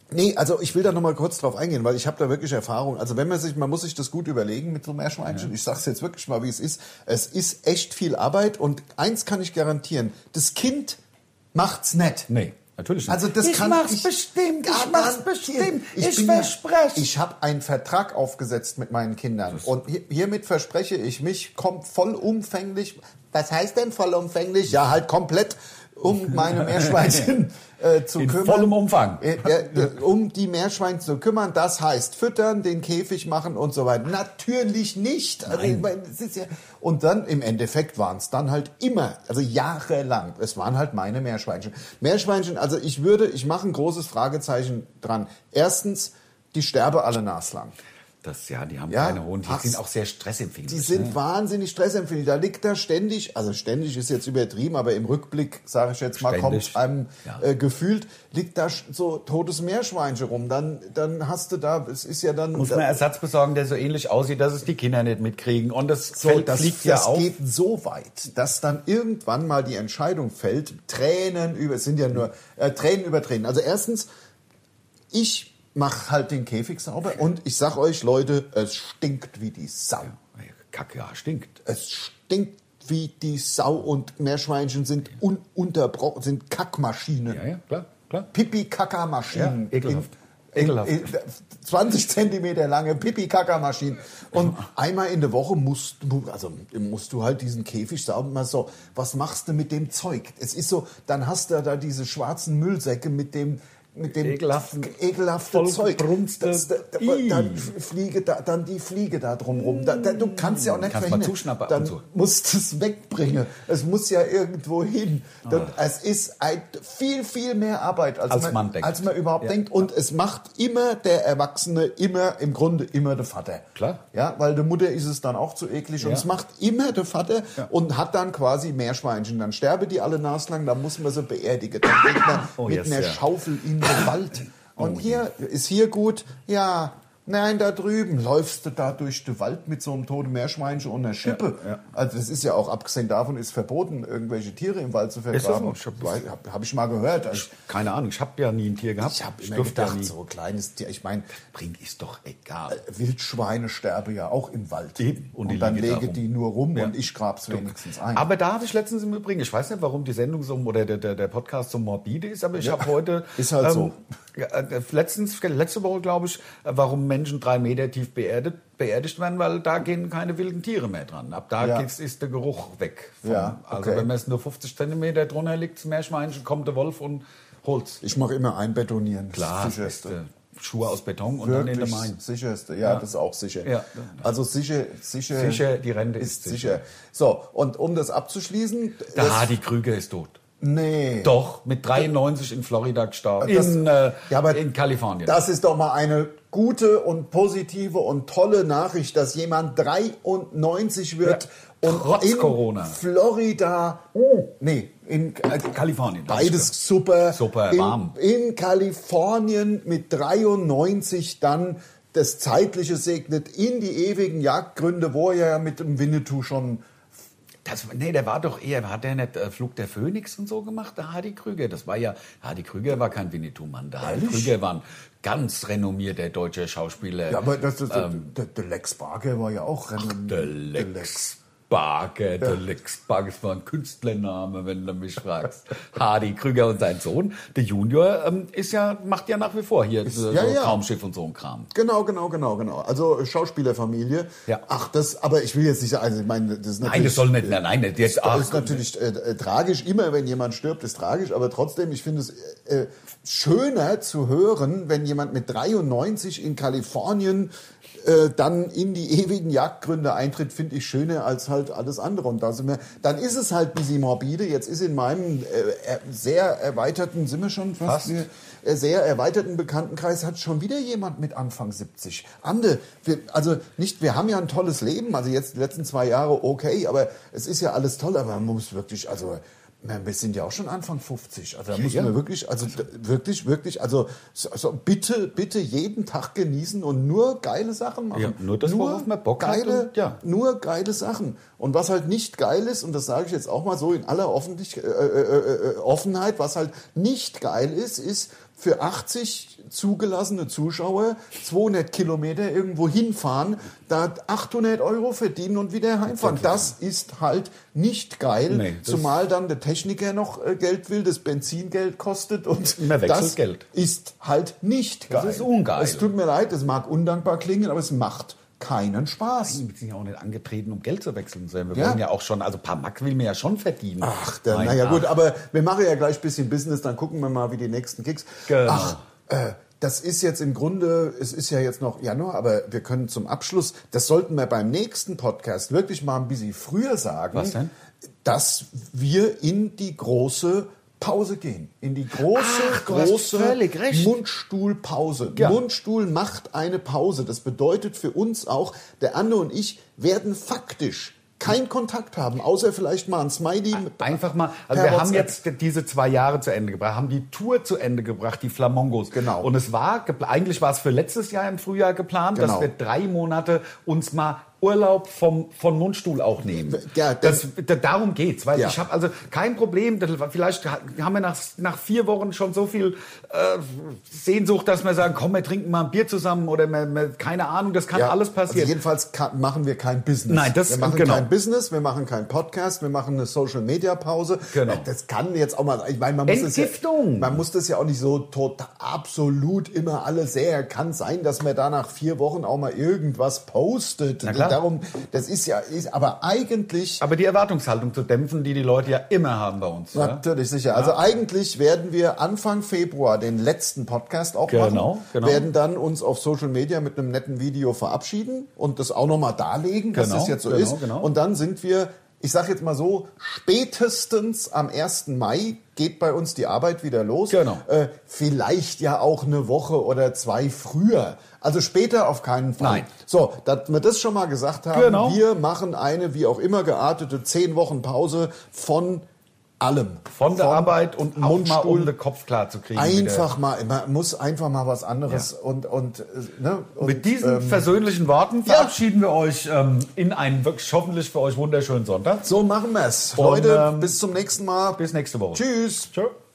Nee, also ich will da nochmal kurz drauf eingehen, weil ich habe da wirklich Erfahrung. Also man muss sich das gut überlegen mit so Meerschweinchen. Ja. Ich sag's jetzt wirklich mal, wie es ist. Es ist echt viel Arbeit und eins kann ich garantieren, das Kind macht's nicht.
Nee. Natürlich nicht.
Also das
ich mach's bestimmt. Ich verspreche.
Ich habe einen Vertrag aufgesetzt mit meinen Kindern und hiermit verspreche ich mich, kommt vollumfänglich. Was heißt denn vollumfänglich? Ja, halt komplett um meine Meerschweinchen zu kümmern.
In vollem Umfang.
Um die Meerschweinchen zu kümmern. Das heißt füttern, den Käfig machen und so weiter. Natürlich nicht. Also, ich meine, es ist ja, und dann im Endeffekt waren es dann halt immer, also jahrelang, es waren halt meine Meerschweinchen. Meerschweinchen, also ich mache ein großes Fragezeichen dran. Erstens, die sterben alle naslang.
Die haben keine hohen, die sind auch sehr stressempfindlich.
Die sind wahnsinnig stressempfindlich. Da liegt da ständig, also ständig ist jetzt übertrieben, aber im Rückblick, sage ich jetzt mal, kommt einem gefühlt, liegt da so totes Meerschweinchen rum. Dann hast du da, es ist ja dann...
Muss man Ersatz besorgen, der so ähnlich aussieht, dass es die Kinder nicht mitkriegen. Und das fliegt ja auf.
Das geht so weit, dass dann irgendwann mal die Entscheidung fällt, Tränen über Tränen. Also erstens, ich mach halt den Käfig sauber und ich sag euch, Leute, es stinkt wie die Sau.
Kacke, ja, stinkt.
Es stinkt wie die Sau und Meerschweinchen sind ununterbrochen, sind Kackmaschinen.
Ja, klar.
Pipi-Kaka-Maschinen.
Ja, ekelhaft.
20 Zentimeter lange Pipi-Kaka-Maschinen. Und einmal in der Woche musst du halt diesen Käfig sauber machen. So, was machst du mit dem Zeug? Es ist so, dann hast du da diese schwarzen Müllsäcke mit dem ekelhaften Zeug. Dann die Fliege da drumrum. Du kannst ja auch nicht verhindern. Dann musst du es wegbringen. Es muss ja irgendwo hin. Es ist viel, viel mehr Arbeit, als man überhaupt denkt. Und es macht immer der Erwachsene, im Grunde immer der Vater.
Klar.
Ja, weil der Mutter ist es dann auch zu eklig. Und es macht immer der Vater und hat dann quasi Meerschweinchen. Dann sterben die alle naslang, dann muss man sie beerdigen. Dann geht man mit einer Schaufel in den Wald. Und ist hier gut, ja, nein, da drüben läufst du da durch den Wald mit so einem toten Meerschweinchen und einer Schippe. Ja. Also das ist ja auch, abgesehen davon, ist verboten, irgendwelche Tiere im Wald zu vergraben. Hab ich mal gehört.
Keine Ahnung, ich habe ja nie ein Tier gehabt.
Ich habe immer gedacht, so ein kleines Tier, ich meine,
ist doch egal.
Wildschweine sterben ja auch im Wald.
Eben.
Und dann lege die nur rum und ich grab's wenigstens ein.
Aber da habe ich letztens im Übrigen, ich weiß nicht, warum die Sendung so, oder der Podcast so morbide ist, aber ich habe heute...
Ist halt so.
Letzte Woche, glaube ich, warum Menschen 3 Meter tief beerdigt werden, weil da gehen keine wilden Tiere mehr dran. Ab da ist der Geruch weg. Also wenn man es nur 50 Zentimeter drunter liegt, das Meerschweinchen, kommt der Wolf und holt's.
Ich mache immer einbetonieren.
Klar, das Sicherste. Schuhe aus Beton und dann in der Main.
Sicherste, das ist auch sicher.
Ja.
Also sicher,
die Rente ist sicher.
So, und um das abzuschließen...
Der Hardy Krüger ist tot.
Nee.
Doch, mit 93 in Florida gestorben. In Kalifornien.
Das ist doch mal eine gute und positive und tolle Nachricht, dass jemand 93 wird und
trotz
in
Corona.
Florida, in
Kalifornien.
Beides super
warm.
In Kalifornien mit 93 dann das Zeitliche segnet in die ewigen Jagdgründe, wo er ja mit dem Winnetou schon...
der war doch eher, hat der nicht Flug der Phönix und so gemacht, der Hardy Krüger? Hardy Krüger war kein Winnetou-Mann. Der Hardy Krüger war ein ganz renommierter deutscher Schauspieler.
Ja, aber der Lex Barker war ja auch renommiert.
Der Lex Barker, der Lex Barker, das war ein Künstlername, wenn du mich fragst. Hardy Krüger und sein Sohn, der Junior, macht ja nach wie vor hier Traumschiff und so ein Kram.
Genau. Also Schauspielerfamilie.
Ja.
Aber ich will jetzt nicht sagen, also ich meine, das ist natürlich...
Nein, das soll nicht, nein.
Das ist natürlich tragisch, immer wenn jemand stirbt, ist tragisch, aber trotzdem, ich finde es schöner zu hören, wenn jemand mit 93 in Kalifornien dann in die ewigen Jagdgründe eintritt, finde ich schöner als halt alles andere. Und dann ist es halt ein bisschen morbide. Jetzt ist in meinem sehr erweiterten, sind wir schon fast sehr erweiterten Bekanntenkreis, hat schon wieder jemand mit Anfang 70. Ande, wir haben ja ein tolles Leben, also jetzt die letzten 2 Jahre okay, aber es ist ja alles toll, aber man muss wirklich, wir sind ja auch schon Anfang 50. Also da muss man wirklich, bitte jeden Tag genießen und nur geile Sachen machen.
Ja, nur das, worauf man Bock hat.
Nur geile Sachen. Und was halt nicht geil ist, und das sage ich jetzt auch mal so in aller Offenheit, was halt nicht geil ist, für 80 zugelassene Zuschauer 200 Kilometer irgendwo hinfahren, da 800 € verdienen und wieder heimfahren. Das ist halt nicht geil,
Nee,
zumal dann der Techniker noch Geld will, das Benzingeld kostet und
Immer
das
Wechselgeld.
ist halt nicht geil.
Das ist ungeil.
Es tut mir leid, es mag undankbar klingen, aber es macht keinen Spaß.
Wir sind ja auch nicht angetreten, um Geld zu wechseln. Wir
Ja.
wollen ja auch schon, also ein paar Mark will mir ja schon verdienen.
Ach,
Mein
naja
Ach.
gut, aber wir machen ja gleich ein bisschen Business, dann gucken wir mal, wie die nächsten Kicks.
Genau.
Ach, das ist jetzt im Grunde, es ist ja jetzt noch Januar, aber wir können zum Abschluss, das sollten wir beim nächsten Podcast wirklich mal ein bisschen früher sagen.
Was denn?
Dass wir in die große Pause gehen. In die große,
du hast
große
völlig recht.
Mundstuhlpause.
Ja.
Mundstuhl macht eine Pause. Das bedeutet für uns auch, der Anne und ich werden faktisch keinen Kontakt haben, außer vielleicht mal ein Smiley.
Einfach mal, also
per
wir haben
WhatsApp.
jetzt diese 2 Jahre zu Ende gebracht, haben die Tour zu Ende gebracht, die Flamongos.
Genau.
Und es war, eigentlich war es für letztes Jahr im Frühjahr geplant,
Genau.
dass wir 3 Monate uns mal Urlaub von Mundstuhl auch nehmen.
Ja,
Darum geht's, weil
Ja.
ich habe also kein Problem, vielleicht haben wir nach 4 Wochen schon so viel Sehnsucht, dass wir sagen, komm, wir trinken mal ein Bier zusammen oder keine Ahnung, das kann alles passieren.
Also jedenfalls machen wir kein Business.
Nein,
wir machen
genau.
kein Business, wir machen keinen Podcast, wir machen eine Social-Media-Pause.
Genau.
Das kann jetzt auch mal, ich meine, man muss
Entgiftung.
man muss das ja auch nicht so absolut immer alles sehr, kann sein, dass man da nach 4 Wochen auch mal irgendwas postet.
Na klar.
Darum, das ist aber eigentlich...
Aber die Erwartungshaltung zu dämpfen, die Leute ja immer haben bei uns. Ja?
Natürlich, sicher. Also eigentlich werden wir Anfang Februar den letzten Podcast auch machen.
Genau.
Werden dann uns auf Social Media mit einem netten Video verabschieden und das auch nochmal darlegen, dass
Genau,
das jetzt so
genau,
ist.
genau.
Und dann sind wir, ich sage jetzt mal so, spätestens am 1. Mai geht bei uns die Arbeit wieder los.
Genau.
Vielleicht ja auch eine Woche oder 2 früher. Also später auf keinen Fall.
Nein.
So, dass wir das schon mal gesagt haben.
Genau.
Wir machen eine, wie auch immer geartete 10 Wochen Pause von allem.
Von der Arbeit und auch mal,
Mundstuhl.
um den Kopf klar zu kriegen.
Einfach mal, man muss einfach mal was anderes
Ja.
und
Mit diesen versöhnlichen Worten verabschieden wir euch in einen wirklich hoffentlich für euch wunderschönen Sonntag.
so machen wir es.
Und,
Leute, bis zum nächsten Mal.
Bis nächste Woche.
Tschüss.
Tschö.